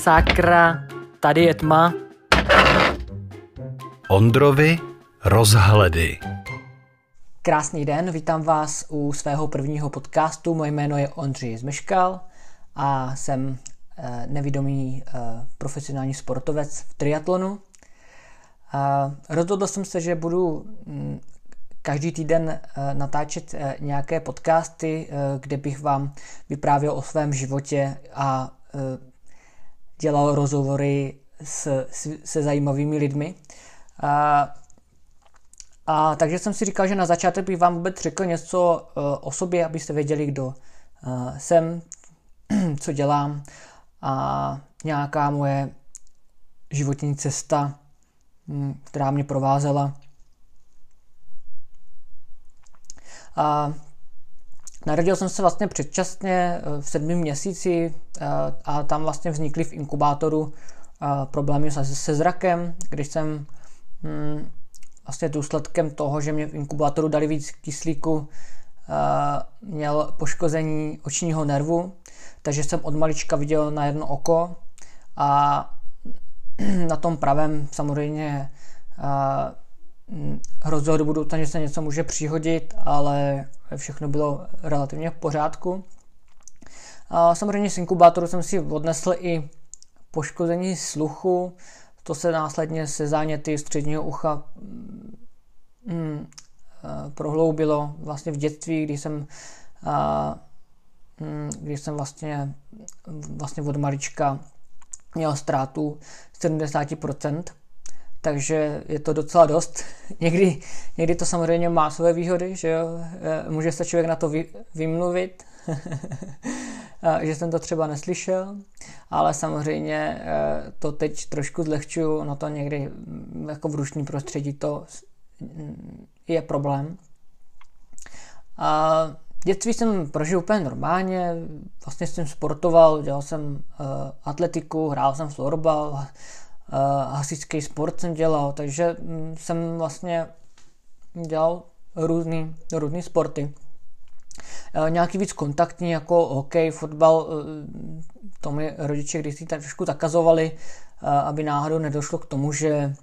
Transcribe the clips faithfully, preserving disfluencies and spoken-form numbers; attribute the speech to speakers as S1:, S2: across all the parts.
S1: Sakra, tady je tma.
S2: Ondrovi rozhledy.
S1: Krásný den, vítám vás u svého prvního podcastu. Moje jméno je Ondřej Zmeškal a jsem nevidomý profesionální sportovec v triatlonu. Rozhodl jsem se, že budu každý týden natáčet nějaké podcasty, kde bych vám vyprávěl o svém životě a dělal rozhovory s, se zajímavými lidmi. A, a takže jsem si říkal, že na začátek bych vám vůbec řekl něco o sobě, abyste věděli, kdo jsem, co dělám a nějaká moje životní cesta, která mě provázela. A narodil jsem se vlastně předčasně v sedmém měsíci a tam vlastně vznikly v inkubátoru problémy se zrakem, když jsem vlastně důsledkem toho, že mě v inkubátoru dali víc kyslíku, měl poškození očního nervu, takže jsem od malička viděl na jedno oko a na tom pravém samozřejmě hrozilo do budoucna, že se něco může přihodit, ale všechno bylo relativně v pořádku. A samozřejmě z inkubátoru jsem si odnesl i poškození sluchu, to se následně se záněty středního ucha hmm, prohloubilo vlastně v dětství, když jsem, a, hmm, když jsem vlastně, vlastně od malička měl ztrátu sedmdesát procent, takže je to docela dost. Někdy, někdy to samozřejmě má své výhody, že jo? Může se člověk na to vy, vymluvit, že jsem to třeba neslyšel, ale samozřejmě to teď trošku zlehčuju, no to někdy jako v rušním prostředí to je problém. A dětství jsem prožil úplně normálně, vlastně jsem sportoval, dělal jsem atletiku, hrál jsem florbal, hasičský sport jsem dělal, takže jsem vlastně dělal různý, různý sporty. Nějaký víc kontaktní, jako hokej, fotbal, to mi rodiče kdysi trošku zakazovali, aby náhodou nedošlo k tomu, že,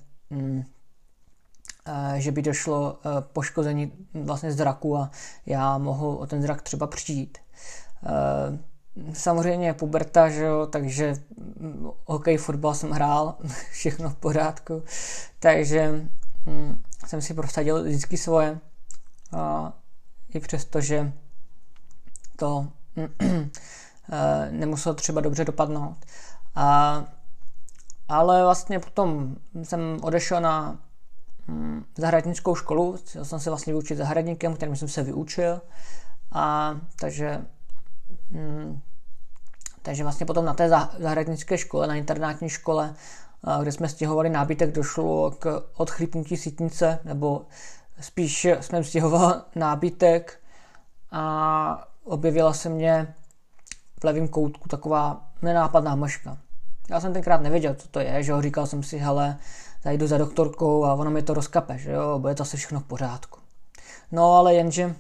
S1: že by došlo poškození vlastně zraku a já mohl o ten zrak třeba přijít. Samozřejmě puberta, že jo, takže hokej, fotbal jsem hrál, všechno v pořádku, takže hm, jsem si prosadil vždycky svoje, a i přesto, že to hm, nemuselo třeba dobře dopadnout. A, ale vlastně potom jsem odešel na hm, zahradnickou školu, chtěl jsem se vlastně vyučit zahradníkem, kterým jsem se vyučil, a takže hm, Takže vlastně potom na té zahradnické škole, na internátní škole, kde jsme stěhovali nábytek, došlo k odchrypnutí sítnice, nebo spíš jsme stěhovali nábytek a objevila se mě v levém koutku taková nenápadná mlžka. Já jsem tenkrát nevěděl, co to je, že jo, říkal jsem si, hele, zajdu za doktorkou a ona mi to rozkape, že jo, bude to asi všechno v pořádku. No ale jenže,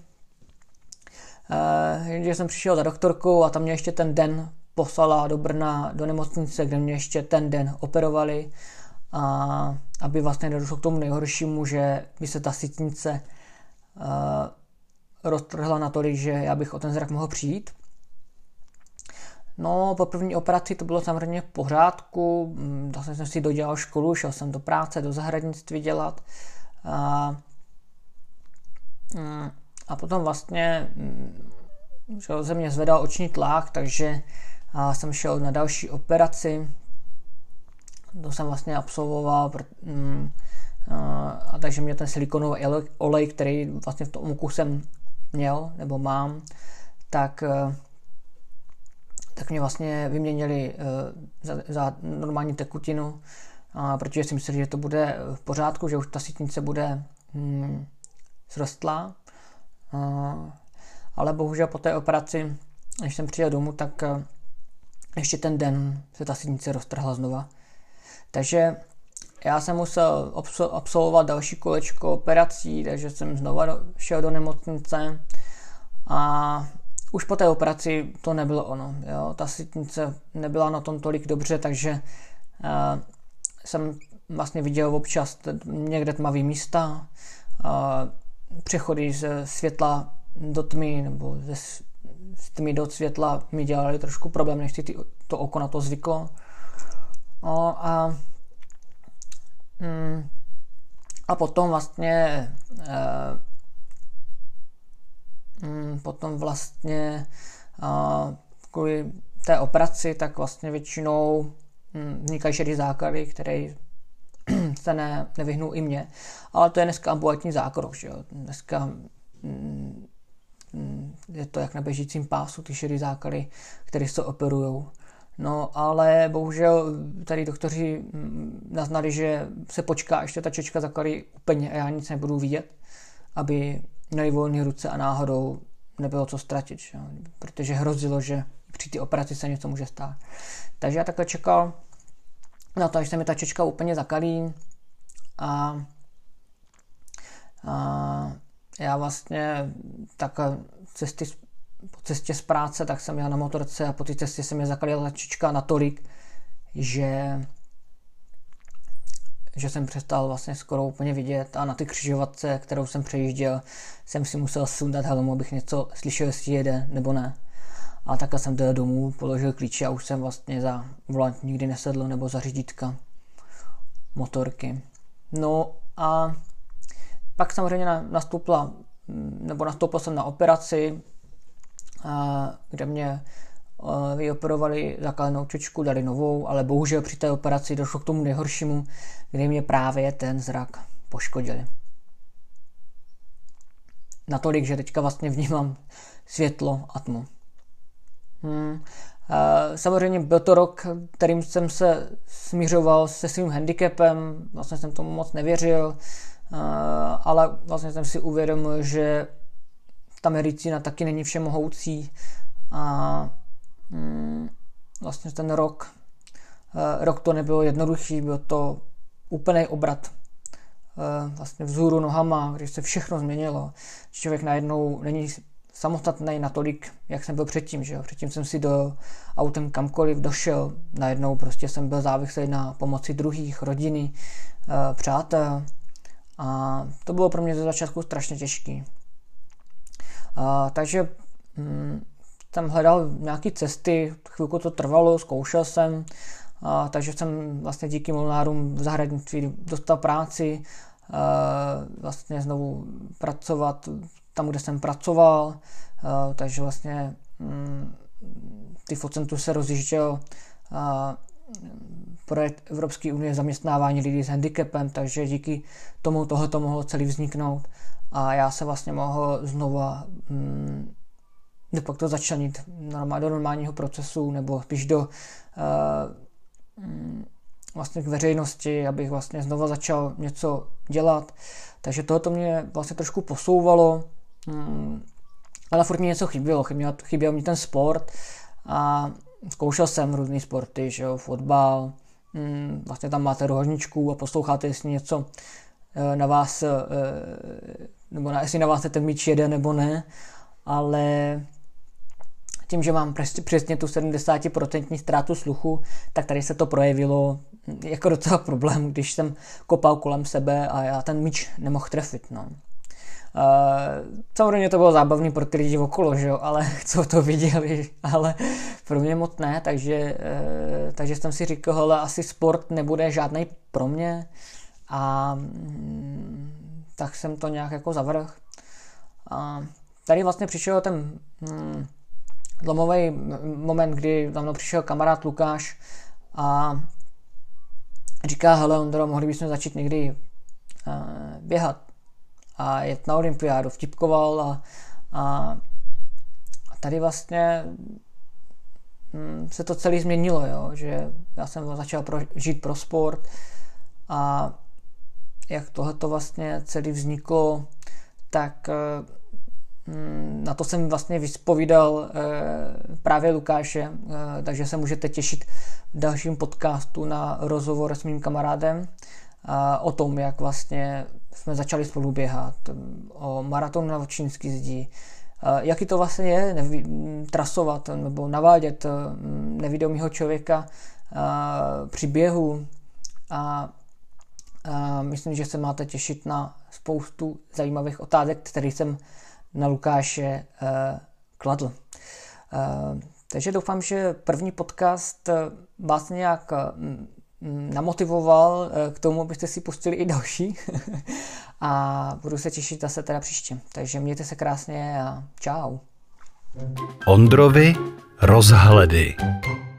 S1: uh, jenže jsem přišel za doktorkou a tam mě ještě ten den poslala do Brna, do nemocnice, kde mě ještě ten den operovali, a aby vlastně nedošlo k tomu nejhoršímu, že by se ta sítnice uh, roztrhla natolik, že já bych o ten zrak mohl přijít. No, po první operaci to bylo samozřejmě v pořádku, zase jsem si dodělal školu, šel jsem do práce, do zahradnictví dělat. A, a potom vlastně že ze mě zvedal oční tlak, takže a jsem šel na další operaci. To jsem vlastně absolvoval, a, a takže mě ten silikonový olej, který vlastně v tom oku jsem měl, nebo mám, tak, tak mě vlastně vyměnili za, za normální tekutinu, a, protože si mysleli, že to bude v pořádku, že už ta sítnice bude hm, srostlá. A, ale bohužel po té operaci, když jsem přijel domů, tak ještě ten den se ta sítnice roztrhla znova. Takže já jsem musel absolvovat další kolečko operací, takže jsem znova šel do nemocnice a už po té operaci to nebylo ono. Jo? Ta sítnice nebyla na tom tolik dobře, takže uh, jsem vlastně viděl občas někde tmavý místa, uh, přechody z světla do tmy nebo ze z tmy do světla mi dělali trošku problém, než si ty, to oko na to zvyklo. No a, mm, a potom vlastně uh, mm, potom vlastně uh, kvůli té operaci, tak vlastně většinou mm, vznikají šedý základy, které se ne, nevyhnou i mně. Ale to je dneska ambulantní zákrok, že jo. Dneska mm, je to jak na běžícím pásu, ty šedý základy, které se operujou. No ale bohužel tady doktoři naznali, že se počká, ještě ta čečka zakladí úplně a já nic nebudu vidět, aby měli volné ruce a náhodou nebylo co ztratit, že? Protože hrozilo, že při té operaci se něco může stát. Takže já takhle čekal na to, až se mi ta čečka úplně zakalí a, a já vlastně tak cesty, po cestě z práce, tak jsem jel na motorce a po té cestě se mi zakalila ta čečka natolik, že že jsem přestal vlastně skoro úplně vidět a na ty křižovatce, kterou jsem přejížděl, jsem si musel sundat helmu, abych něco slyšel, jestli jede nebo ne. A takhle jsem dojel domů, položil klíče a už jsem vlastně za volant nikdy nesedl nebo za řídítka motorky. No a pak samozřejmě nastoupila, nebo nastoupil jsem na operaci, kde mě vyoperovali zakalenou čečku, dali novou, ale bohužel při té operaci došlo k tomu nejhoršímu, kdy mě právě ten zrak poškodili. Natolik, že teďka vlastně vnímám světlo a tmu. Hmm. Samozřejmě byl to rok, kterým jsem se smířoval se svým handicapem, vlastně jsem tomu moc nevěřil, ale vlastně jsem si uvědomil, že ta medicína taky není všemohoucí a mm, vlastně ten rok, rok to nebylo jednoduchý, byl to úplný obrat vlastně vzhůru nohama, když se všechno změnilo. Člověk najednou není samostatný natolik, jak jsem byl předtím, že jo. Předtím jsem si do autem kamkoliv došel, najednou prostě jsem byl závislý na pomoci druhých, rodiny, přátel a to bylo pro mě ze začátku strašně těžký. A, takže hm, jsem hledal nějaké cesty, chvilku to trvalo, zkoušel jsem, a, takže jsem vlastně díky Molnárům v zahradnictví dostal práci, a, vlastně znovu pracovat tam, kde jsem pracoval, a, takže vlastně hm, ty Focentu se rozjížděl a, projekt Evropské unie zaměstnávání lidí s handicapem, takže díky tomu tohoto mohlo celý vzniknout. A já se vlastně mohl znova hm, de facto začlenit do normálního procesu nebo spíš do uh, hm, vlastně k veřejnosti, abych vlastně znova začal něco dělat. Takže tohoto mě vlastně trošku posouvalo, hm, ale furt mi něco chybělo. Chyběl, chyběl mi ten sport a zkoušel jsem různý sporty, že jo, fotbal, hm, vlastně tam máte rohožničku a posloucháte, jestli něco na vás, nebo na, jestli na vás ten míč jede nebo ne, ale tím, že mám přesně tu sedmdesát procent ztrátu sluchu, tak tady se to projevilo jako docela problém, když jsem kopal kolem sebe a já ten míč nemohl trefit. No. Uh, samozřejmě to bylo zábavný pro ty lidi okolo, že jo, ale co to viděli, ale pro mě moc ne, takže, uh, takže jsem si říkal, hele, asi sport nebude žádnej pro mě a mm, tak jsem to nějak jako zavrhl. A tady vlastně přišel ten mm, zlomový moment, kdy za mnou přišel kamarád Lukáš a říká, hele Ondro, mohli bychom začít někdy uh, běhat a jet na olympiádu, vtipkoval a, a, a tady vlastně hm, se to celé změnilo, jo, že já jsem začal pro, žít pro sport a jak tohleto vlastně celé vzniklo, tak hm, na to jsem vlastně vyspovídal eh, právě Lukáše, eh, takže se můžete těšit v dalším podcastu na rozhovor s mým kamarádem a o tom, jak vlastně jsme začali spolu běhat, o maratonu na Vlčínský zdi jaký to vlastně je neví, trasovat nebo navádět nevidomého člověka při běhu. A, a myslím, že se máte těšit na spoustu zajímavých otázek, které jsem na Lukáše kladl. Takže doufám, že první podcast vás nějak namotivoval k tomu, abyste si pustili i další. A budu se těšit zase teda příště. Takže mějte se krásně a čau.
S2: Ondrovy rozhledy.